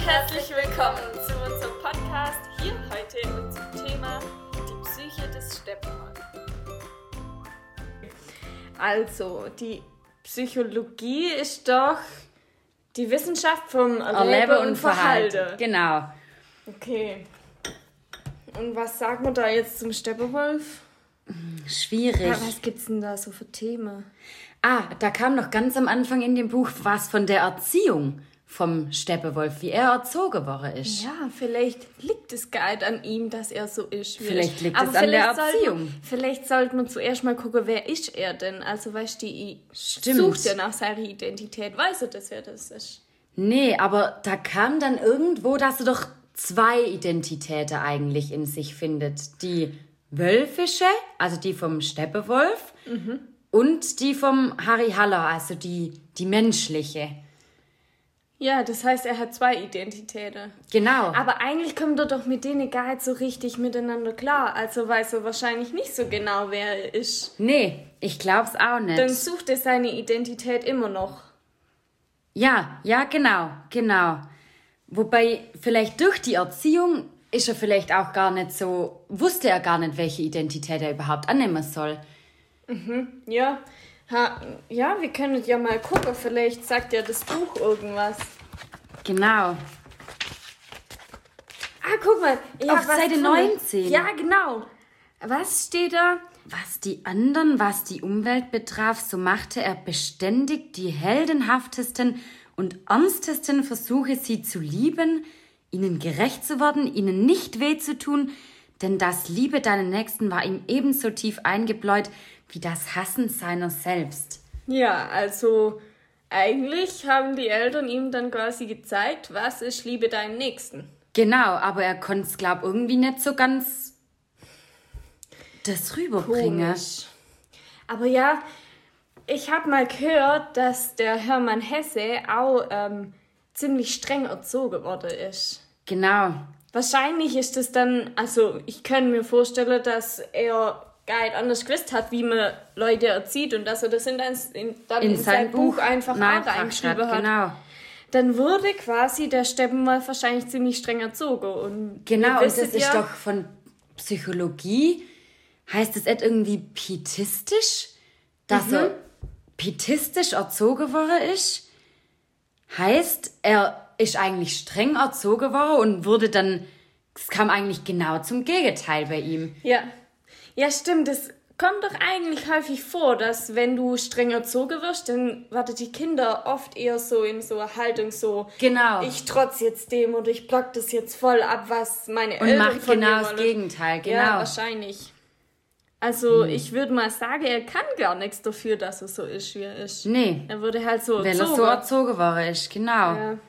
herzlich willkommen zu unserem Podcast. Hier heute unser Thema die Psyche des Steppenwolf. Also, die Psychologie ist doch die Wissenschaft vom Erleben und Verhalten. Genau. Okay. Und was sagt man da jetzt zum Steppenwolf? Schwierig. Ja, was gibt's denn da so für Themen? Da kam noch ganz am Anfang in dem Buch was von der Erziehung vom Steppenwolf, wie er erzogen worden ist. Ja, vielleicht liegt es gar nicht an ihm, dass er so ist. Vielleicht liegt es an der Erziehung. Vielleicht sollte man zuerst mal gucken, wer ist er denn? Also, weißt du, Stimmt. sucht er nach seiner Identität. Weiß er das, wer das ist? Nee, aber da kam dann irgendwo, dass er doch 2 Identitäten eigentlich in sich findet. Die wölfische, also die vom Steppenwolf, und die vom Harry Haller, also die menschliche. Ja, das heißt, er hat 2 Identitäten. Genau. Aber eigentlich kommt er doch mit denen gar nicht so richtig miteinander klar. Also weiß er wahrscheinlich nicht so genau, wer er ist. Nee, ich glaub's auch nicht. Dann sucht er seine Identität immer noch. Ja, genau. Wobei vielleicht durch die Erziehung ist er vielleicht auch gar nicht so, wusste er gar nicht, welche Identität er überhaupt annehmen soll. Ja. Ja, wir können ja mal gucken. Vielleicht sagt ja das Buch irgendwas. Genau. Guck mal. Auf Seite 19. Ja, genau. Was steht da? Was die Umwelt betraf, so machte er beständig die heldenhaftesten und ernstesten Versuche, sie zu lieben, ihnen gerecht zu werden, ihnen nicht weh zu tun, denn das Liebe deinen Nächsten war ihm ebenso tief eingebläut wie das Hassen seiner selbst. Ja, also eigentlich haben die Eltern ihm dann quasi gezeigt, was ist Liebe deinen Nächsten. Genau, aber er konnte es, glaube ich, irgendwie nicht so ganz das rüberbringen. Komisch. Aber ja, ich habe mal gehört, dass der Hermann Hesse auch ziemlich streng erzogen worden ist. Genau. Wahrscheinlich ist es dann, also ich kann mir vorstellen, dass er gar nicht anders gewusst hat, wie man Leute erzieht und dass er das in sein Buch einfach auch reingeschrieben hat. Genau. Dann wurde quasi der Steppenwolf wahrscheinlich ziemlich streng erzogen. Und genau, und das ist doch von Psychologie, heißt es irgendwie pietistisch, dass er pietistisch erzogen worden ist. Heißt, er ist eigentlich streng erzogen worden und wurde dann, es kam eigentlich genau zum Gegenteil bei ihm. Ja, stimmt. Das kommt doch eigentlich häufig vor, dass wenn du streng erzogen wirst, dann werden die Kinder oft eher so in so einer Haltung so, genau. Ich trotz jetzt dem oder ich block das jetzt voll ab, was meine und Eltern macht von genau mir das wollen. Gegenteil, genau. Ja, wahrscheinlich. Also ich würde mal sagen, er kann gar nichts dafür, dass er so ist, wie er ist. Nee. Er wurde halt so erzogen. Weil er so erzogen worden ist, genau. Ja.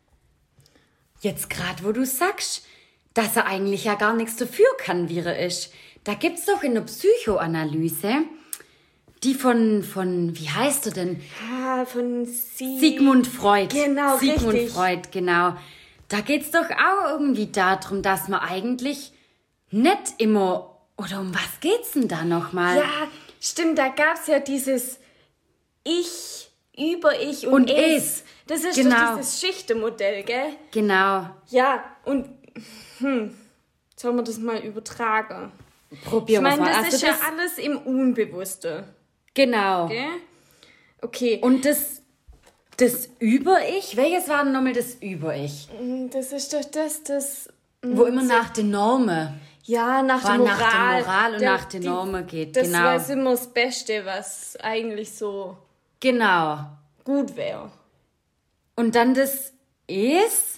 Jetzt gerade, wo du sagst, dass er eigentlich ja gar nichts dafür kann, wie er ist. Da gibt's doch in der Psychoanalyse die von wie heißt er denn? Von Sigmund Freud. Genau, Sigmund richtig. Freud, genau. Da geht's doch auch irgendwie darum, dass man eigentlich nicht immer, oder um was geht's denn da nochmal? Ja, stimmt, da gab's ja dieses Ich, Über-Ich und Es. Das ist genau. doch dieses Schichtenmodell, gell? Genau. Ja, und sollen wir das mal übertragen? Probieren wir mal. mal. Das ist ja alles im Unbewussten. Genau. Gell? Okay. Und das Über-Ich, welches war denn nochmal das Über-Ich? Das ist doch das... Wo immer nach den Normen. Ja, nach der Moral. Nach der Moral und nach den Normen geht, das genau. Das war immer das Beste, was eigentlich so genau. gut wäre. Und dann das Es,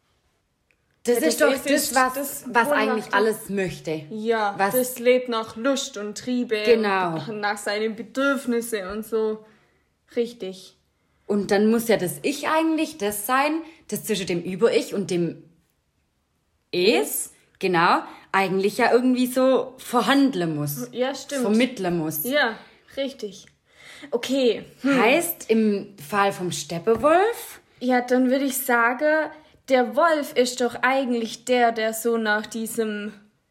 das ist doch was eigentlich alles möchte. Ja, das lebt nach Lust und Triebe. Genau. Und nach seinen Bedürfnissen und so. Richtig. Und dann muss ja das Ich eigentlich das sein, das zwischen dem Über-Ich und dem Es, genau, eigentlich ja irgendwie so verhandeln muss. Ja, stimmt. Vermitteln muss. Ja, richtig. Okay. Heißt, im Fall vom Steppenwolf... Ja, dann würde ich sagen, der Wolf ist doch eigentlich der so nach diese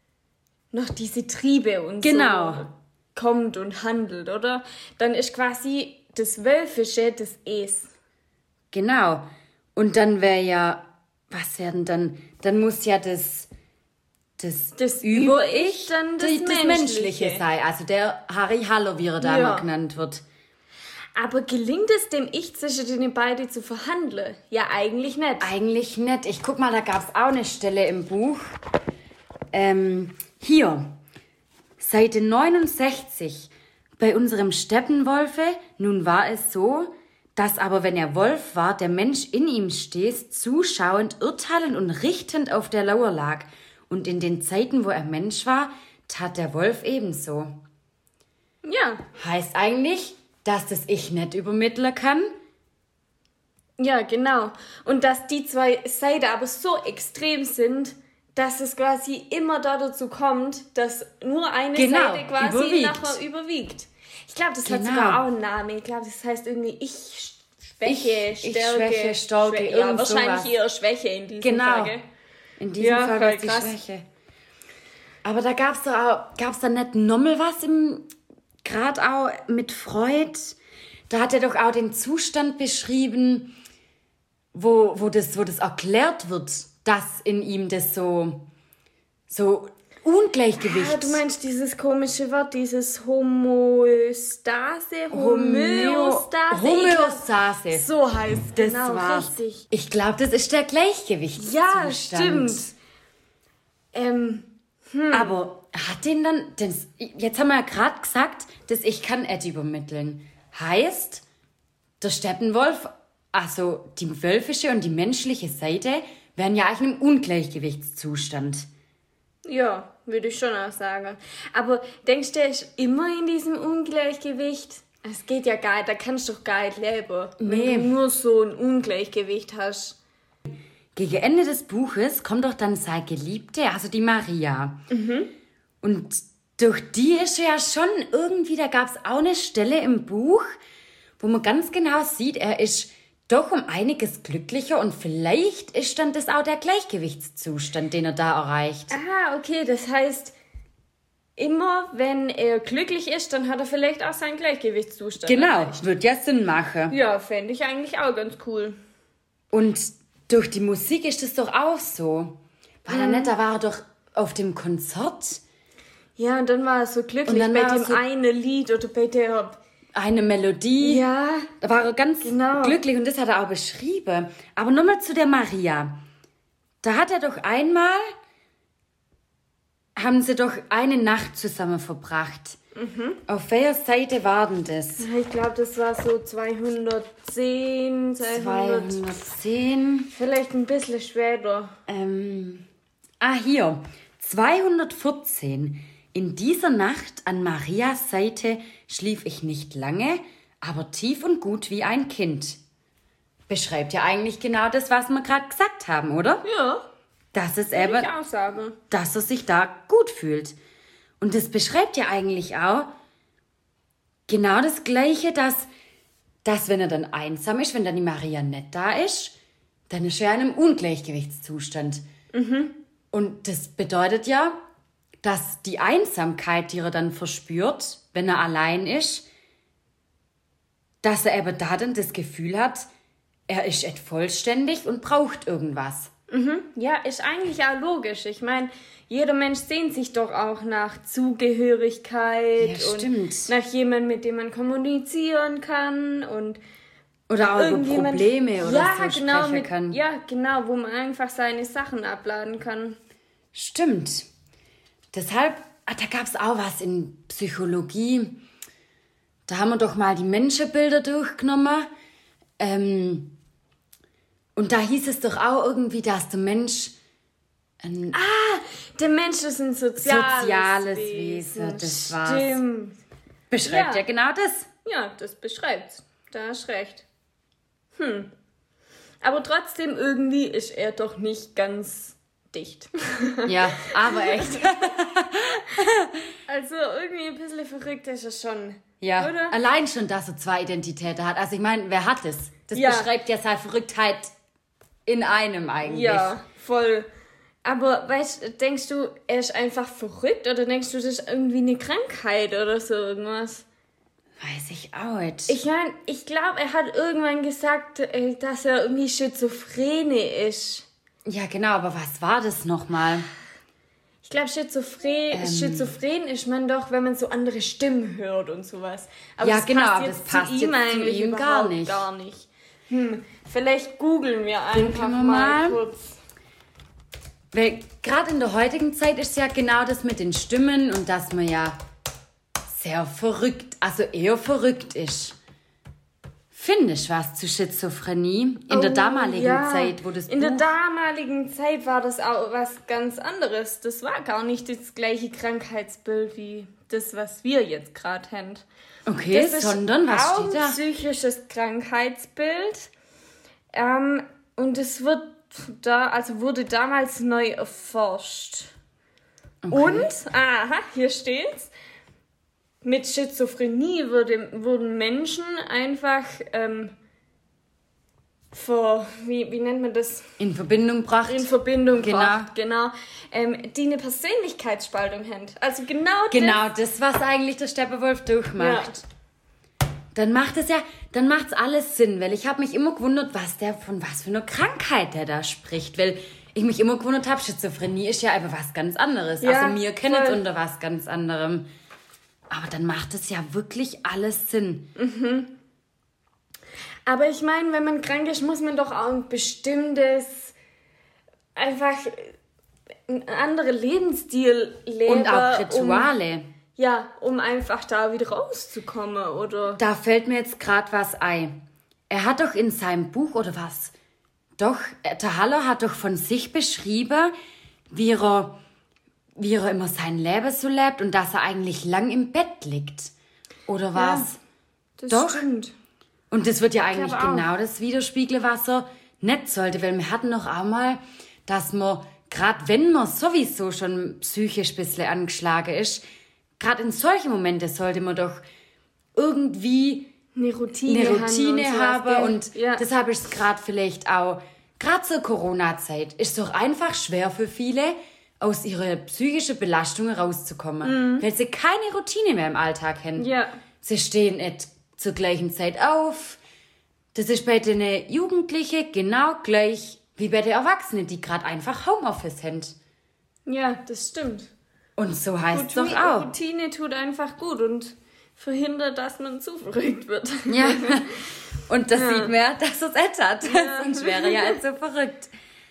Triebe und genau. so kommt und handelt, oder? Dann ist quasi das Wölfische das Es. Genau. Und dann wäre ja, was werden dann? Dann muss ja das Über-Ich dann das Menschliche sein. Also der Harry Haller, wie er da mal genannt wird. Aber gelingt es dem Ich zwischen den beiden zu verhandeln? Ja, eigentlich nicht. Eigentlich nicht. Ich guck mal, da gab es auch eine Stelle im Buch. Hier, Seite 69. Bei unserem Steppenwolfe, nun war es so, dass aber, wenn er Wolf war, der Mensch in ihm stets, zuschauend, urteilend und richtend auf der Lauer lag. Und in den Zeiten, wo er Mensch war, tat der Wolf ebenso. Ja. Heißt eigentlich, dass das Ich nicht übermitteln kann? Ja, genau. Und dass die zwei Seiten aber so extrem sind, dass es quasi immer dazu kommt, dass nur eine Seite quasi nachher überwiegt. Ich glaube, das hat sogar auch einen Namen. Ich glaube, das heißt irgendwie Schwäche, Stärke. Ja, wahrscheinlich sowas. Eher Schwäche in diesem Fall. In diesem Fall war es die Schwäche. Aber da gab's da nicht nochmal was gerade auch mit Freud? Da hat er doch auch den Zustand beschrieben, wo das erklärt wird, dass in ihm das so Ungleichgewicht. Ah, du meinst dieses komische Wort, dieses Homöostase? Homöostase. So heißt das, genau, richtig. Ich glaube, das ist der Gleichgewichtszustand. Ja, stimmt. Aber hat den dann, jetzt haben wir ja gerade gesagt, dass ich kann nicht übermitteln. Heißt, der Steppenwolf, also die wölfische und die menschliche Seite, wären ja eigentlich in einem Ungleichgewichtszustand. Ja, würde ich schon auch sagen. Aber denkst du, er ist immer in diesem Ungleichgewicht? Es geht ja gar nicht, da kannst du doch gar nicht leben, wenn du nur so ein Ungleichgewicht hast. Gegen Ende des Buches kommt doch dann seine Geliebte, also die Maria. Mhm. Und durch die ist er ja schon irgendwie, da gab es auch eine Stelle im Buch, wo man ganz genau sieht, er ist doch um einiges glücklicher und vielleicht ist dann das auch der Gleichgewichtszustand, den er da erreicht. Ah, okay, das heißt, immer wenn er glücklich ist, dann hat er vielleicht auch seinen Gleichgewichtszustand erreicht. Wird ja Sinn machen. Ja, fände ich eigentlich auch ganz cool. Und durch die Musik ist das doch auch so. War da nicht, da war er doch auf dem Konzert. Ja, und dann war er so glücklich bei dem einen Lied oder bei der... Eine Melodie. Ja. Da war er ganz glücklich und das hat er auch beschrieben. Aber nochmal zu der Maria. Da hat er doch haben sie doch eine Nacht zusammen verbracht. Mhm. Auf welcher Seite war denn das? Ich glaube, das war so 210. Vielleicht ein bisschen später. Hier. 214. In dieser Nacht an Marias Seite schlief ich nicht lange, aber tief und gut wie ein Kind. Beschreibt ja eigentlich genau das, was wir gerade gesagt haben, oder? Ja. Das ist eben, ich auch sagen. Dass er sich da gut fühlt. Und das beschreibt ja eigentlich auch genau das Gleiche, dass wenn er dann einsam ist, wenn dann die Maria nicht da ist, dann ist er in einem Ungleichgewichtszustand. Mhm. Und das bedeutet ja, dass die Einsamkeit, die er dann verspürt, wenn er allein ist, dass er eben da dann das Gefühl hat, er ist nicht vollständig und braucht irgendwas. Mhm. Ja, ist eigentlich auch logisch. Ich meine, jeder Mensch sehnt sich doch auch nach Zugehörigkeit und nach jemandem, mit dem man kommunizieren kann und oder auch über Probleme oder so sprechen kann. Ja, genau, wo man einfach seine Sachen abladen kann. Stimmt. Deshalb, da gab es auch was in Psychologie. Da haben wir doch mal die Menschenbilder durchgenommen. Und da hieß es doch auch irgendwie, dass der Mensch... der Mensch ist ein soziales Wesen. Das war's. Beschreibt ja genau das. Ja, das beschreibt's. Da hast recht. Aber trotzdem irgendwie ist er doch nicht ganz... dicht. Ja, aber echt. Also irgendwie ein bisschen verrückt ist er schon. Ja, oder? Allein schon, dass er zwei Identitäten hat. Also ich meine, wer hat es? Das beschreibt ja seine Verrücktheit in einem eigentlich. Ja, voll. Aber denkst du, er ist einfach verrückt oder denkst du, das ist irgendwie eine Krankheit oder so irgendwas? Weiß ich auch nicht. Ich meine, ich glaube, er hat irgendwann gesagt, dass er irgendwie Schizophrene ist. Ja, genau, aber was war das nochmal? Ich glaube, schizophren ist man doch, wenn man so andere Stimmen hört und sowas. Aber ja, genau, aber das passt jetzt zu ihm gar nicht. Vielleicht googeln wir einfach mal kurz. Weil gerade in der heutigen Zeit ist ja genau das mit den Stimmen und dass man ja sehr verrückt, also eher verrückt ist. Findest du was zu Schizophrenie in der damaligen Zeit, wo das In der damaligen Zeit war das auch was ganz anderes. Das war gar nicht das gleiche Krankheitsbild wie das, was wir jetzt gerade haben. Okay, sondern was steht da? Ein psychisches Krankheitsbild. Und es wurde damals neu erforscht. Okay. Und, hier steht's. Mit Schizophrenie wurden Menschen einfach wie nennt man das? In Verbindung gebracht, genau. Die eine Persönlichkeitsspaltung haben. Also genau das, was eigentlich der Steppenwolf durchmacht. Ja. Dann macht's alles Sinn, weil ich habe mich immer gewundert, von was für einer Krankheit der da spricht, weil ich mich immer gewundert habe, Schizophrenie ist ja einfach was ganz anderes. Ja, also wir kennen es unter was ganz anderem. Aber dann macht es ja wirklich alles Sinn. Mhm. Aber ich meine, wenn man krank ist, muss man doch auch ein bestimmtes, einfach einen anderen Lebensstil leben. Und auch Rituale. Um einfach da wieder rauszukommen, oder? Da fällt mir jetzt gerade was ein. Er hat doch in seinem Buch, oder was? Doch, der Haller hat doch von sich beschrieben, wie er immer sein Leben so lebt und dass er eigentlich lang im Bett liegt. Oder was? Ja, das stimmt. Und das wird ja eigentlich genau das widerspiegeln, was er nicht sollte. Weil wir hatten noch einmal, dass man, gerade wenn man sowieso schon psychisch ein bisschen angeschlagen ist, gerade in solchen Momenten sollte man doch irgendwie eine Routine haben. Und deshalb ist es gerade vielleicht auch, gerade zur Corona-Zeit, ist es doch einfach schwer für viele, aus ihrer psychischen Belastung rauszukommen. Weil sie keine Routine mehr im Alltag haben. Ja. Sie stehen nicht zur gleichen Zeit auf. Das ist bei den Jugendlichen genau gleich wie bei den Erwachsenen, die gerade einfach Homeoffice haben. Ja, das stimmt. Und so heißt es doch auch. Routine tut einfach gut und verhindert, dass man zu verrückt wird. Ja, und das sieht man ja, dass es nicht hat. Sonst wäre ja als so verrückt.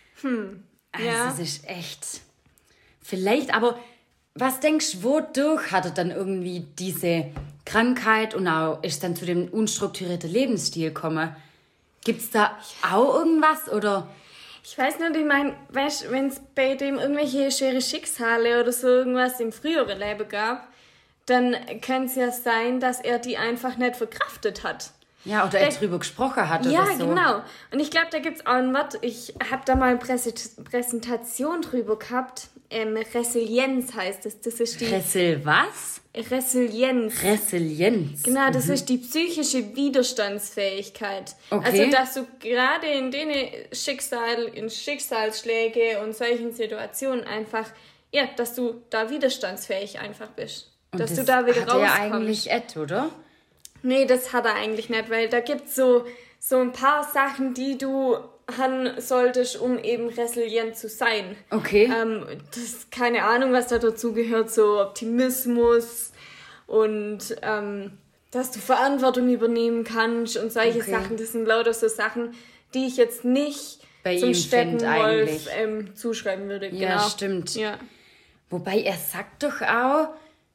Also es ist echt... Vielleicht, aber was denkst du, wodurch hat er dann irgendwie diese Krankheit und auch ist dann zu dem unstrukturierten Lebensstil gekommen? Gibt's da auch irgendwas, oder? Ich weiß nicht, ich meine, weißt, wenn es bei dem irgendwelche schwere Schicksale oder so irgendwas im früheren Leben gab, dann kann es ja sein, dass er die einfach nicht verkraftet hat. Ja, oder er drüber gesprochen hat oder so. Ja, genau. Und ich glaube, da gibt es auch ein Wort, ich habe da mal eine Präsentation drüber gehabt. Resilienz heißt es. Das ist die... was? Resilienz. Genau, das ist die psychische Widerstandsfähigkeit. Okay. Also, dass du gerade in den Schicksalsschläge und solchen Situationen einfach, dass du da widerstandsfähig einfach bist. Und dass du da wieder rauskommst. Das hat er eigentlich oder? Nee, das hat er eigentlich nicht, weil da gibt's so ein paar Sachen, die du haben solltest, um eben resilient zu sein. Okay. Das keine Ahnung, was da dazu gehört, so Optimismus und dass du Verantwortung übernehmen kannst und solche Sachen. Das sind lauter so Sachen, die ich jetzt nicht bei zum Steppenwolf zuschreiben würde. Genau. Ja, stimmt. Ja. Wobei er sagt doch auch,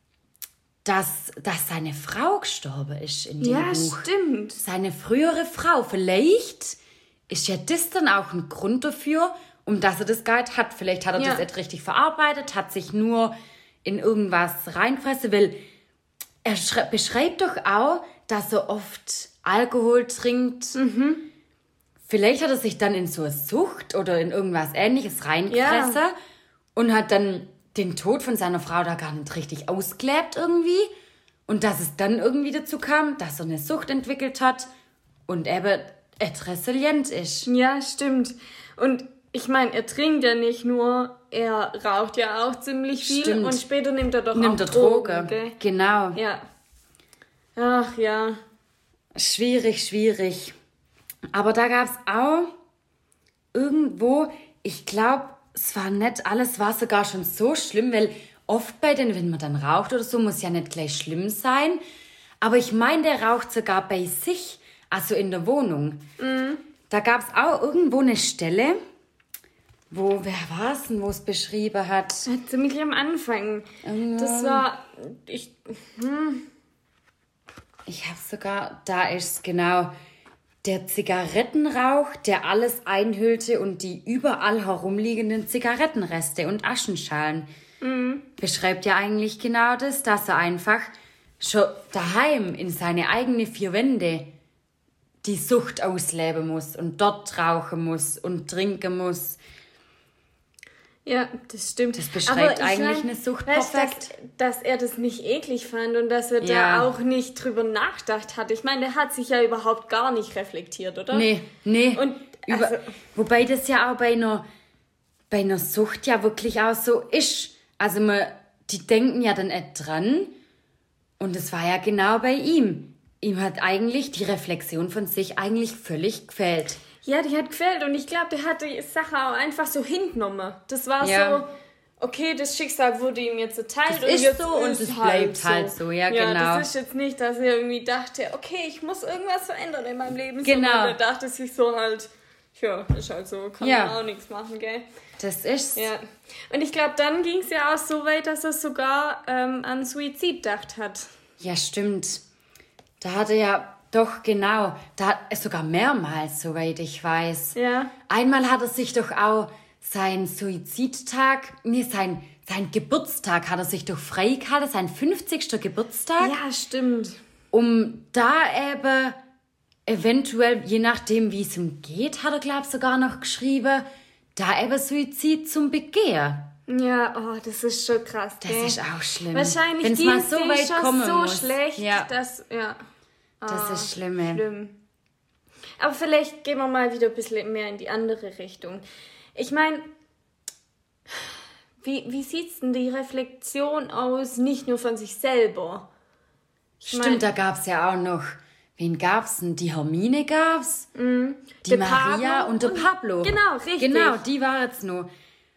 dass seine Frau gestorben ist in dem Buch. Ja, stimmt. Seine frühere Frau. Vielleicht ist ja das dann auch ein Grund dafür, um dass er das Geld hat. Vielleicht hat er das nicht richtig verarbeitet, hat sich nur in irgendwas reinfressen, weil er beschreibt doch auch, dass er oft Alkohol trinkt. Mhm. Vielleicht hat er sich dann in so eine Sucht oder in irgendwas Ähnliches reingefressen und hat dann den Tod von seiner Frau da gar nicht richtig ausgelebt irgendwie. Und dass es dann irgendwie dazu kam, dass er eine Sucht entwickelt hat und eben resilient ist. Ja, stimmt. Und ich meine, er trinkt ja nicht nur, er raucht ja auch ziemlich viel. Stimmt. Und später nimmt er doch auch Drogen. Gell? Genau. Ja. Ach ja. Schwierig. Aber da gab es auch irgendwo, ich glaube, es war nicht alles, war sogar schon so schlimm, weil oft bei denen, wenn man dann raucht oder so, muss ja nicht gleich schlimm sein. Aber ich meine, der raucht sogar bei sich, also in der Wohnung. Da gab es auch irgendwo eine Stelle, wo, wer war es denn, wo es beschrieben hat? Ziemlich am Anfang. Das war, Ich habe sogar, da ist es genau, der Zigarettenrauch, der alles einhüllte und die überall herumliegenden Zigarettenreste und Aschenschalen. Beschreibt ja eigentlich genau das, dass er einfach schon daheim in seine eigenen vier Wände die Sucht ausleben muss und dort rauchen muss und trinken muss. Ja, das stimmt. Das beschreibt eigentlich eine Sucht perfekt. Dass er das nicht eklig fand und dass er da auch nicht drüber nachgedacht hat. Ich meine, der hat sich ja überhaupt gar nicht reflektiert, oder? Nee. Und wobei das ja auch bei einer Sucht ja wirklich auch so ist. Also die denken ja dann nicht dran. Und es war ja genau bei ihm. Ihm hat eigentlich die Reflexion von sich eigentlich völlig gefehlt. Ja, die hat gefällt und ich glaube, der hat die Sache auch einfach so hingenommen. Das war so, okay, das Schicksal wurde ihm jetzt erteilt. Das ist so und es bleibt halt so, ja, genau. Das ist jetzt nicht, dass er irgendwie dachte, okay, ich muss irgendwas verändern in meinem Leben. Genau. Sondern er dachte sich so halt, ja, ist halt so, kann man auch nichts machen, gell. Das ist. Ja. Und ich glaube, dann ging es ja auch so weit, dass er sogar an Suizid gedacht hat. Ja, stimmt. Da hat er ja... Doch, genau. Da hat er sogar mehrmals, soweit ich weiß. Ja. Einmal hat er sich doch auch sein Geburtstag hat er sich doch freigehalten, sein 50. Geburtstag. Ja, stimmt. Um da eben eventuell, je nachdem wie es ihm geht, hat er, glaube ich, sogar noch geschrieben, da eben Suizid zum Begehen. Ja, oh, das ist schon krass. Das ist auch schlimm. Wahrscheinlich ging es so weit kommen so muss. Schlecht, dass... Das ist schlimm. Aber vielleicht gehen wir mal wieder ein bisschen mehr in die andere Richtung. Ich meine, wie sieht denn die Reflexion aus, nicht nur von sich selber? Stimmt, da gab es ja auch noch, wen gab's denn? Die Hermine gab's, die Maria und der Pablo. Genau, richtig. Genau, die war jetzt nur.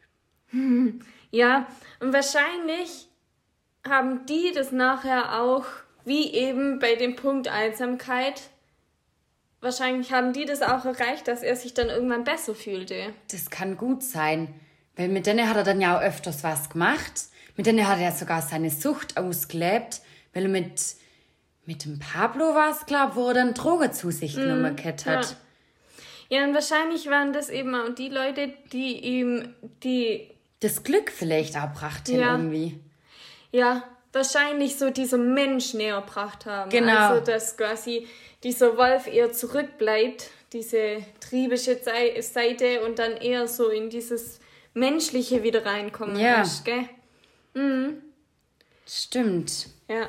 Ja, und wahrscheinlich haben die das nachher auch... Wie eben bei dem Punkt Einsamkeit. Wahrscheinlich haben die das auch erreicht, dass er sich dann irgendwann besser fühlte. Das kann gut sein. Weil mit denen hat er dann ja auch öfters was gemacht. Mit denen hat er ja sogar seine Sucht ausgelebt. Weil er mit dem Pablo war es, glaube ich, wo er dann Drogen zu sich genommen hat. Ja, und wahrscheinlich waren das eben auch die Leute, die ihm das Glück vielleicht auch brachten irgendwie. Ja, wahrscheinlich so dieser Mensch näher gebracht haben. Genau. Also, dass quasi dieser Wolf eher zurückbleibt, diese triebische Seite und dann eher so in dieses Menschliche wieder reinkommen ist, gell? Mhm. Stimmt. Ja.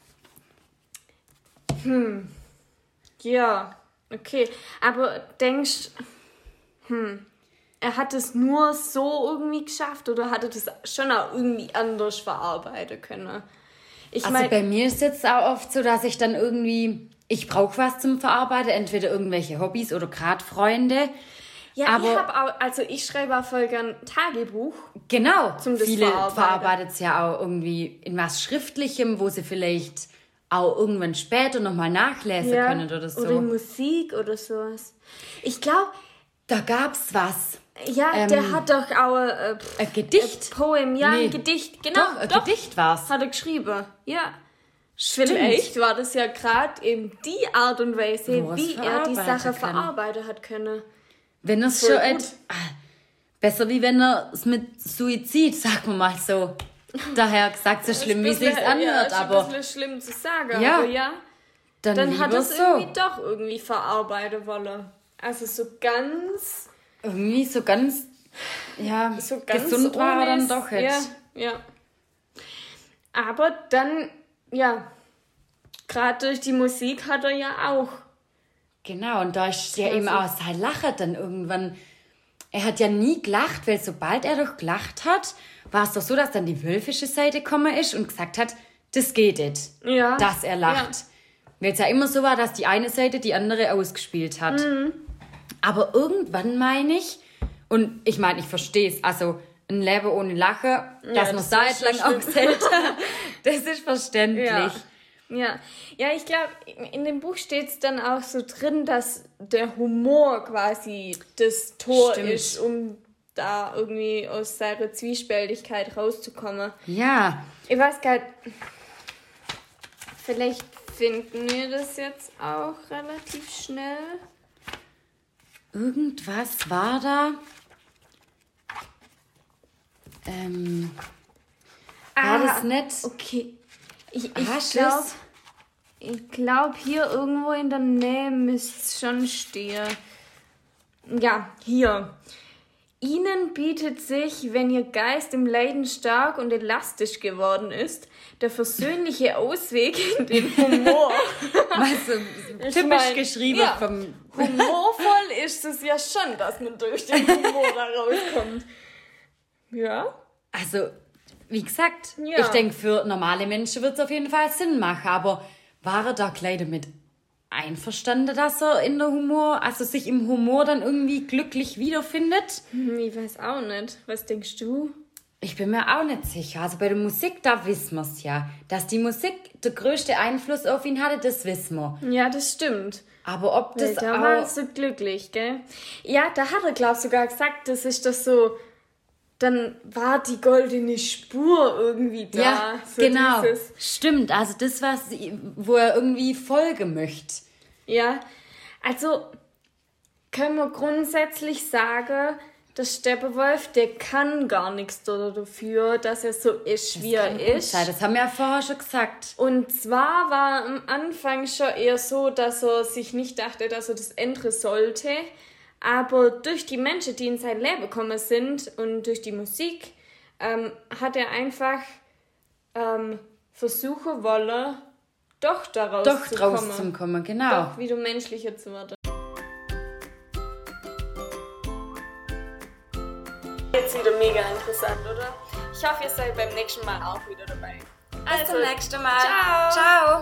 Ja, okay. Aber denkst er hat es nur so irgendwie geschafft oder hat er das schon auch irgendwie anders verarbeiten können? Bei mir ist es jetzt auch oft so, dass ich dann irgendwie, ich brauche was zum Verarbeiten, entweder irgendwelche Hobbys oder gerade Freunde. Ja, aber ich schreibe auch voll gern Tagebuch. Genau, viele verarbeitet es ja auch irgendwie in was Schriftlichem, wo sie vielleicht auch irgendwann später nochmal nachlesen können oder so. Oder in Musik oder sowas. Ich glaube... Da gab's was. Ja, der hat doch auch ein Gedicht. Ein Poem, ein Gedicht. Genau, doch. Gedicht war's. Hat er geschrieben, ja. Vielleicht war das ja gerade eben die Art und Weise, wie er die Sache verarbeiten hat können. Wenn er es schon... besser wie wenn er es mit Suizid, sagen wir mal so. Daher gesagt, so schlimm, wie es sich anhört. Aber ist ein bisschen schlimm zu sagen, aber dann hat er es irgendwie doch irgendwie verarbeiten wollen. Also so ganz... Irgendwie so ganz gesund war er dann doch jetzt. Ja. Aber dann, gerade durch die Musik hat er ja auch... Genau, und da ist ja eben auch sein Lachen dann irgendwann... Er hat ja nie gelacht, weil sobald er doch gelacht hat, war es doch so, dass dann die wölfische Seite gekommen ist und gesagt hat, das geht nicht, dass er lacht. Ja. Weil es ja immer so war, dass die eine Seite die andere ausgespielt hat. Aber irgendwann, meine ich, Und ich meine, ich verstehe es. Also ein Leben ohne Lachen, dass man es lang aushält, das ist verständlich. Ja, ich glaube, in dem Buch steht es dann auch so drin, dass der Humor quasi das Tor ist, um da irgendwie aus seiner Zwiespältigkeit rauszukommen. Ja. Ich weiß gar nicht, vielleicht finden wir das jetzt auch relativ schnell. Irgendwas war da. War das nicht? Okay. Ich glaube, hier irgendwo in der Nähe müsste es schon stehen. Ja, hier. Ihnen bietet sich, wenn Ihr Geist im Leiden stark und elastisch geworden ist, der versöhnliche Ausweg in den Humor. Typisch geschrieben vom... Humorvoll ist es ja schon, dass man durch den Humor da rauskommt. Ja. Also, wie gesagt, ich denke, für normale Menschen wird es auf jeden Fall Sinn machen, aber war er da gleich damit einverstanden, dass er in der Humor, also sich im Humor dann irgendwie glücklich wiederfindet? Ich weiß auch nicht. Was denkst du? Ich bin mir auch nicht sicher. Also bei der Musik, da wissen wir es ja. Dass die Musik der größte Einfluss auf ihn hatte, das wissen wir. Ja, das stimmt. Aber ob das da war er so glücklich, gell? Ja, da hat er, glaube ich, sogar gesagt, das ist das so... Dann war die goldene Spur irgendwie da. Ja, so genau. Stimmt, also das war, wo er irgendwie folgen möchte. Ja, also können wir grundsätzlich sagen, der Steppenwolf, der kann gar nichts dafür, dass er so ist, wie er ist. Das haben wir ja vorher schon gesagt. Und zwar war am Anfang schon eher so, dass er sich nicht dachte, dass er das ändern sollte. Aber durch die Menschen, die in sein Leben gekommen sind und durch die Musik, hat er einfach versuchen wollen, doch daraus zu kommen. Genau. Doch wieder menschlicher zu werden. Jetzt wieder mega interessant, oder? Ich hoffe, ihr seid beim nächsten Mal auch wieder dabei. Bis zum nächsten Mal. Ciao. Ciao.